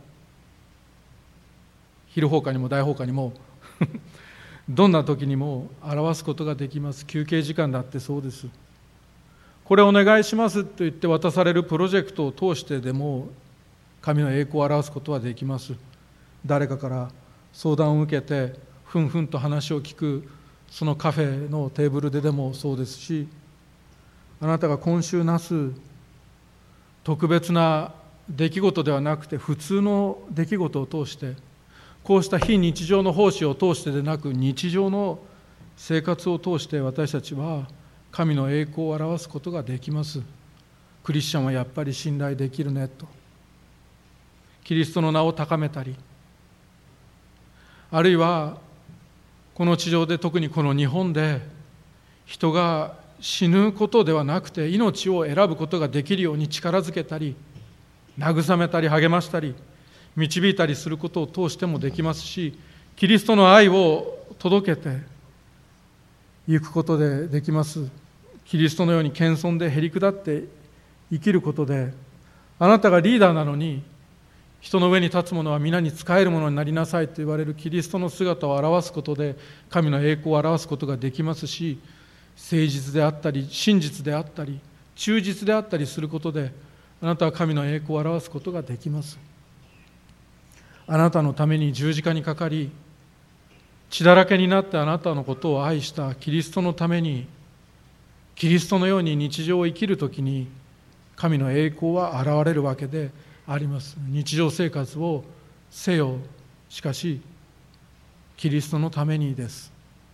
昼放課にも大放課にもどんな時にも表すことができます。休憩時間だってそうです。これお願いしますと言って渡されるプロジェクトを通してでも神の栄光を表すことはできます。誰かから相談を受けてふんふんと話を聞くそのカフェのテーブルででもそうですし、あなたが今週なす特別な出来事ではなくて普通の出来事を通して、こうした非日常の奉仕を通してでなく日常の生活を通して私たちは神の栄光を表すことができます。クリスチャンはやっぱり信頼できるねと、キリストの名を高めたり、あるいはこの地上で特にこの日本で人が死ぬことではなくて命を選ぶことができるように力づけたり慰めたり励ましたり導いたりすることを通してもできますし、キリストの愛を届けていくことでできます。キリストのように謙遜でへりくだって生きることで、あなたがリーダーなのに人の上に立つ者は皆に仕える者になりなさいと言われるキリストの姿を表すことで神の栄光を表すことができますし、誠実であったり真実であったり忠実であったりすることであなたは神の栄光を表すことができます。あなたのために十字架にかかり血だらけになってあなたのことを愛したキリストのために、キリストのように日常を生きるときに神の栄光は現れるわけであります。日常生活をせよ、しかしキリストのためにです。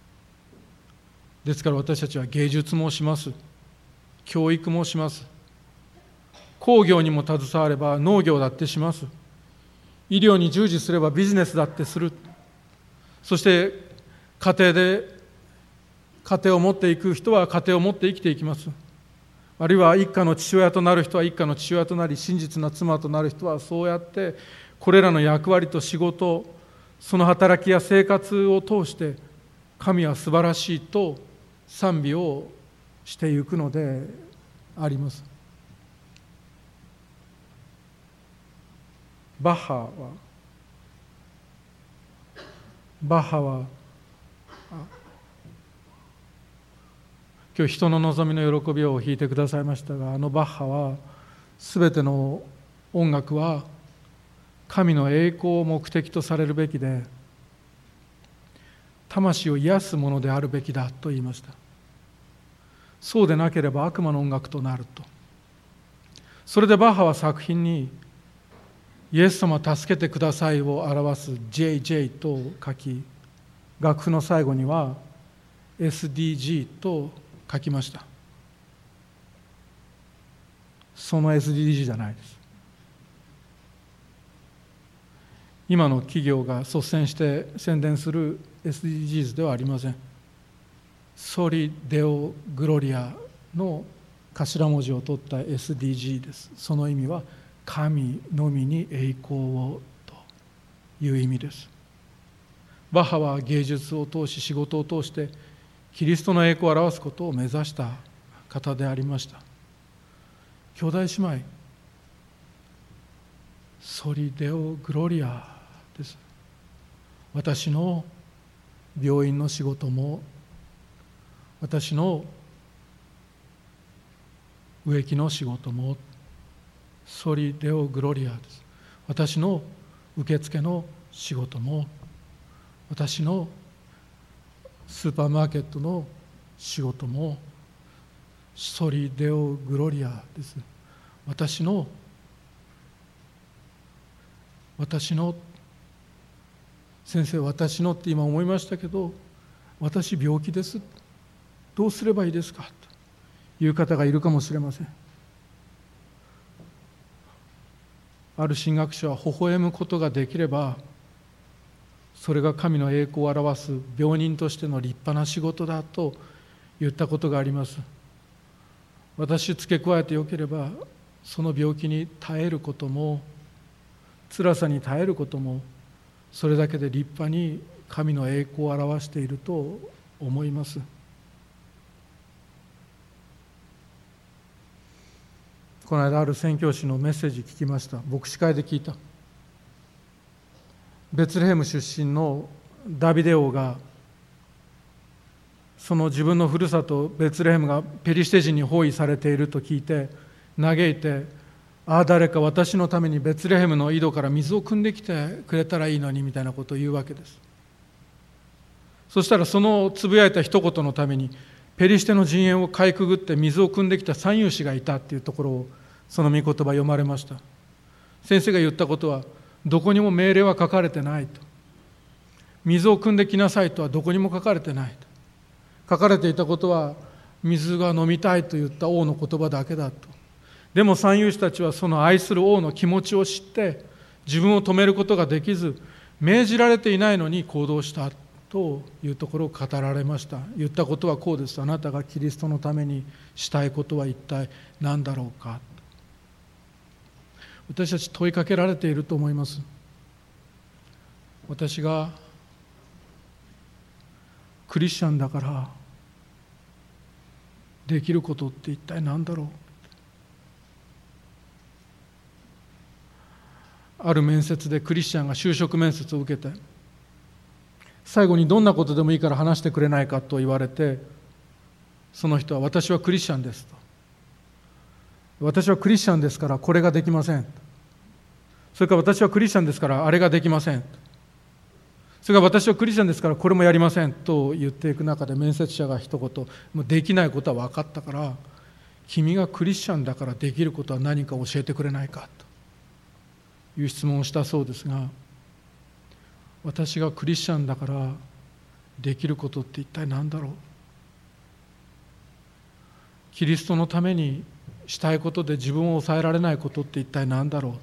ですから私たちは芸術もします、教育もします、工業にも携われば農業だってします、医療に従事すればビジネスだってする、そして家庭で家庭を持っていく人は家庭を持って生きていきます。あるいは一家の父親となる人は一家の父親となり、真実な妻となる人はそうやってこれらの役割と仕事、その働きや生活を通して神は素晴らしいと賛美をしていくのであります。バッハはバッハは今日人の望みの喜びを弾いてくださいましたが、あのバッハはすべての音楽は神の栄光を目的とされるべきで、魂を癒すものであるべきだと言いました。そうでなければ悪魔の音楽となると。それでバッハは作品にイエス様助けてくださいを表す ジェイジェイ と書き、楽譜の最後には エスディージー と書きました。その エスディージー じゃないです。今の企業が率先して宣伝する エスディージーズ ではありません。ソリ・デオ・グロリアの頭文字を取った エスディージー です。その意味は神のみに栄光をという意味です。バッハは芸術を通し仕事を通してキリストの栄光を表すことを目指した方でありました。兄弟姉妹、ソリ・デオ・グロリアです。私の病院の仕事も、私の植木の仕事もソリ・デオ・グロリアです。私の受付の仕事も、私のスーパーマーケットの仕事もソリ・デオ・グロリアです。私の私の先生、私のって今思いましたけど、 私病気です、どうすればいいですかという方がいるかもしれません。ある神学者は、微笑むことができればそれが神の栄光を表す病人としての立派な仕事だと言ったことがあります。私付け加えてよければ、その病気に耐えることも辛さに耐えることも、それだけで立派に神の栄光を表していると思います。この間ある宣教師のメッセージ聞きました。牧師会で聞いた。ベツレヘム出身のダビデ王が、その自分のふるさとベツレヘムがペリシテ人に包囲されていると聞いて嘆いて、ああ誰か私のためにベツレヘムの井戸から水を汲んできてくれたらいいのにみたいなことを言うわけです。そしたらそのつぶやいた一言のためにペリシテの陣営をかいくぐって水を汲んできた三勇士がいたっていうところを、その御言葉読まれました。先生が言ったことは、どこにも命令は書かれてないと。水を汲んできなさいとはどこにも書かれてないと。書かれていたことは、水が飲みたいと言った王の言葉だけだと。でも三勇士たちはその愛する王の気持ちを知って、自分を止めることができず、命じられていないのに行動したというところを語られました。言ったことはこうです。あなたがキリストのためにしたいことは一体何だろうか。私たち問いかけられていると思います。私がクリスチャンだからできることって一体何だろう。ある面接でクリスチャンが就職面接を受けて、最後にどんなことでもいいから話してくれないかと言われて、その人は、私はクリスチャンですと。私はクリスチャンですからこれができません。それから私はクリスチャンですからあれができません。それから私はクリスチャンですからこれもやりませんと言っていく中で、面接者が一言、もうできないことは分かったから、君がクリスチャンだからできることは何か教えてくれないかという質問をしたそうですが、私がクリスチャンだからできることって一体何だろう。キリストのためにしたいことで自分を抑えられないことって一体何だろう。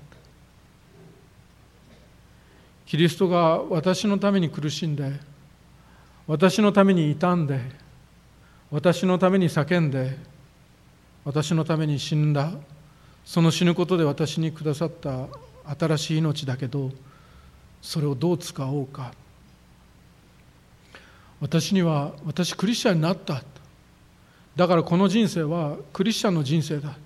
キリストが私のために苦しんで、私のために傷んで、私のために叫んで、私のために死んだ。その死ぬことで私にくださった新しい命だけど、それをどう使おうか。私には、私クリスチャンになった。だからこの人生はクリスチャンの人生だ。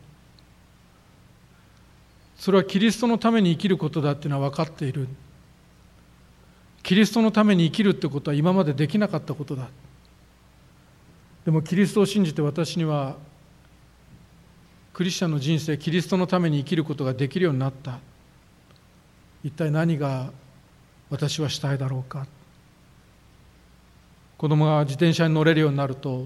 それはキリストのために生きることだっていうのは分かっている。キリストのために生きるってことは今までできなかったことだ。でもキリストを信じて私にはクリスチャンの人生、キリストのために生きることができるようになった。一体何が私はしたいだろうか。子供が自転車に乗れるようになると、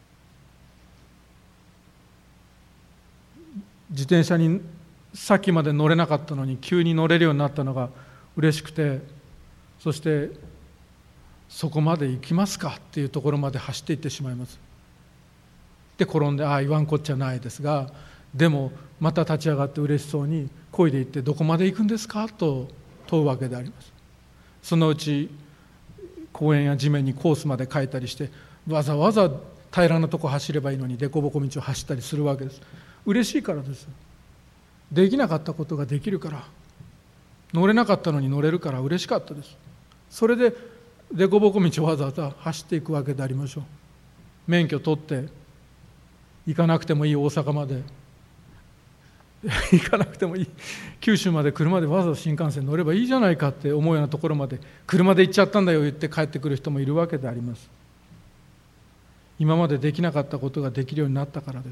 自転車にさっきまで乗れなかったのに急に乗れるようになったのが嬉しくて、そしてそこまで行きますかっていうところまで走っていってしまいます。で転んで、ああ言わんこっちゃないですが、でもまた立ち上がって嬉しそうに漕いでいって、どこまで行くんですかと問うわけであります。そのうち公園や地面にコースまで書いたりして、わざわざ平らなとこ走ればいいのに凸凹道を走ったりするわけです。嬉しいからです。できなかったことができるから、乗れなかったのに乗れるから嬉しかったです。それで凸凹道をわざわざ走っていくわけでありましょう。免許取って行かなくてもいい大阪まで行かなくてもいい九州まで車でわざわざ新幹線乗ればいいじゃないかって思うようなところまで車で行っちゃったんだよ言って帰ってくる人もいるわけであります。今までできなかったことができるようになったからです。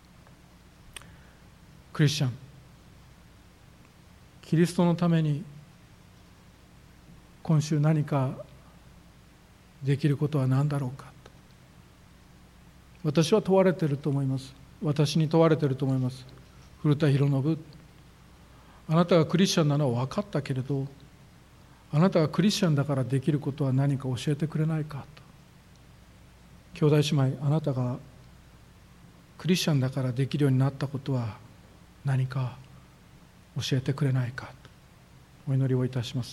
クリスチャン、キリストのために今週何かできることは何だろうか。私は問われていると思います。私に問われていると思います。古田博信、あなたがクリスチャンなのは分かったけれど、あなたがクリスチャンだからできることは何か教えてくれないかと。 兄弟姉妹、あなたがクリスチャンだからできるようになったことは何か教えてくれないかとお祈りをいたします。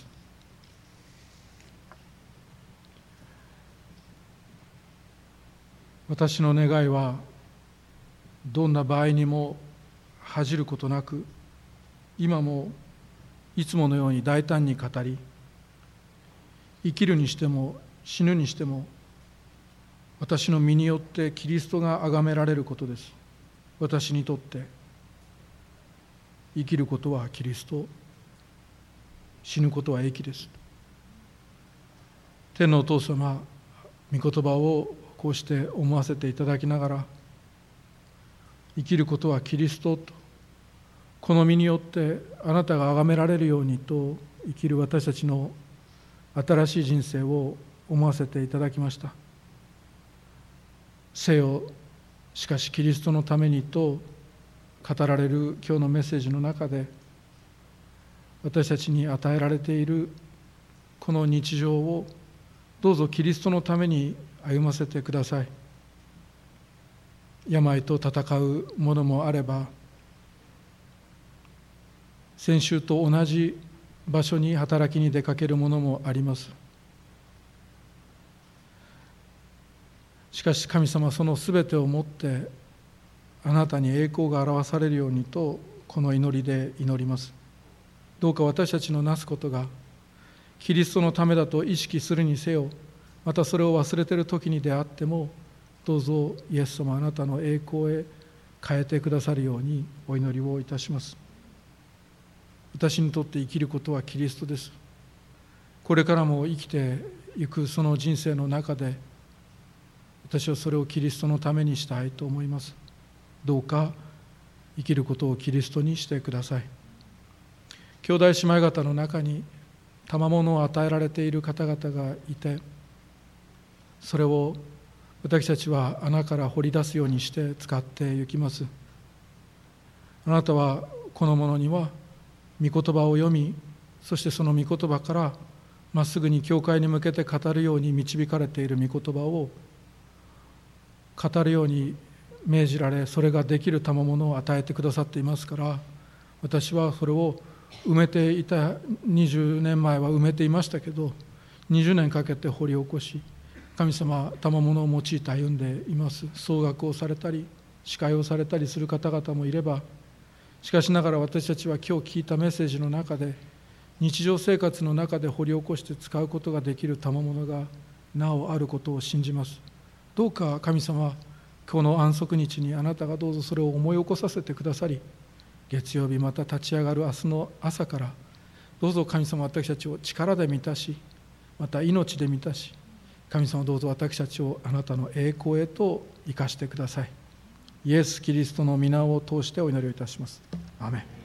私の願いは、どんな場合にも恥じることなく、今もいつものように大胆に語り、生きるにしても死ぬにしても、私の身によってキリストが崇められることです。私にとって生きることはキリスト、死ぬことは益です。天のお父様、御言葉をこうして思わせていただきながら、生きることはキリストと、この身によってあなたが崇められるようにと生きる私たちの新しい人生を思わせていただきました。せよ、しかしキリストのためにと語られる今日のメッセージの中で、私たちに与えられているこの日常をどうぞキリストのために歩ませてください。病と戦うものもあれば、先週と同じ場所に働きに出かけるものもあります。しかし神様、そのすべてをもってあなたに栄光が表されるようにと、この祈りで祈ります。どうか私たちのなすことがキリストのためだと意識するにせよ、またそれを忘れている時にであっても、どうぞイエス様、あなたの栄光へ変えてくださるようにお祈りをいたします。私にとって生きることはキリストです。これからも生きていくその人生の中で、私はそれをキリストのためにしたいと思います。どうか生きることをキリストにしてください。兄弟姉妹方の中に賜物を与えられている方々がいて、それを私たちは穴から掘り出すようにして使っていきます。あなたはこのものには御言葉を読み、そしてその御言葉からまっすぐに教会に向けて語るように導かれている御言葉を語るように命じられ、それができる賜物を与えてくださっていますから、私はそれを埋めていた、にじゅうねんまえは埋めていましたけど、にじゅうねんかけて掘り起こし、神様賜物を用いて歩んでいます。総額をされたり司会をされたりする方々もいれば、しかしながら私たちは今日聞いたメッセージの中で、日常生活の中で掘り起こして使うことができる賜物がなおあることを信じます。どうか神様、この安息日にあなたがどうぞそれを思い起こさせてくださり、月曜日また立ち上がる明日の朝から、どうぞ神様、私たちを力で満たし、また命で満たし、神様どうぞ私たちをあなたの栄光へと生かしてください。イエス・キリストの御名を通してお祈りをいたします。アーメン。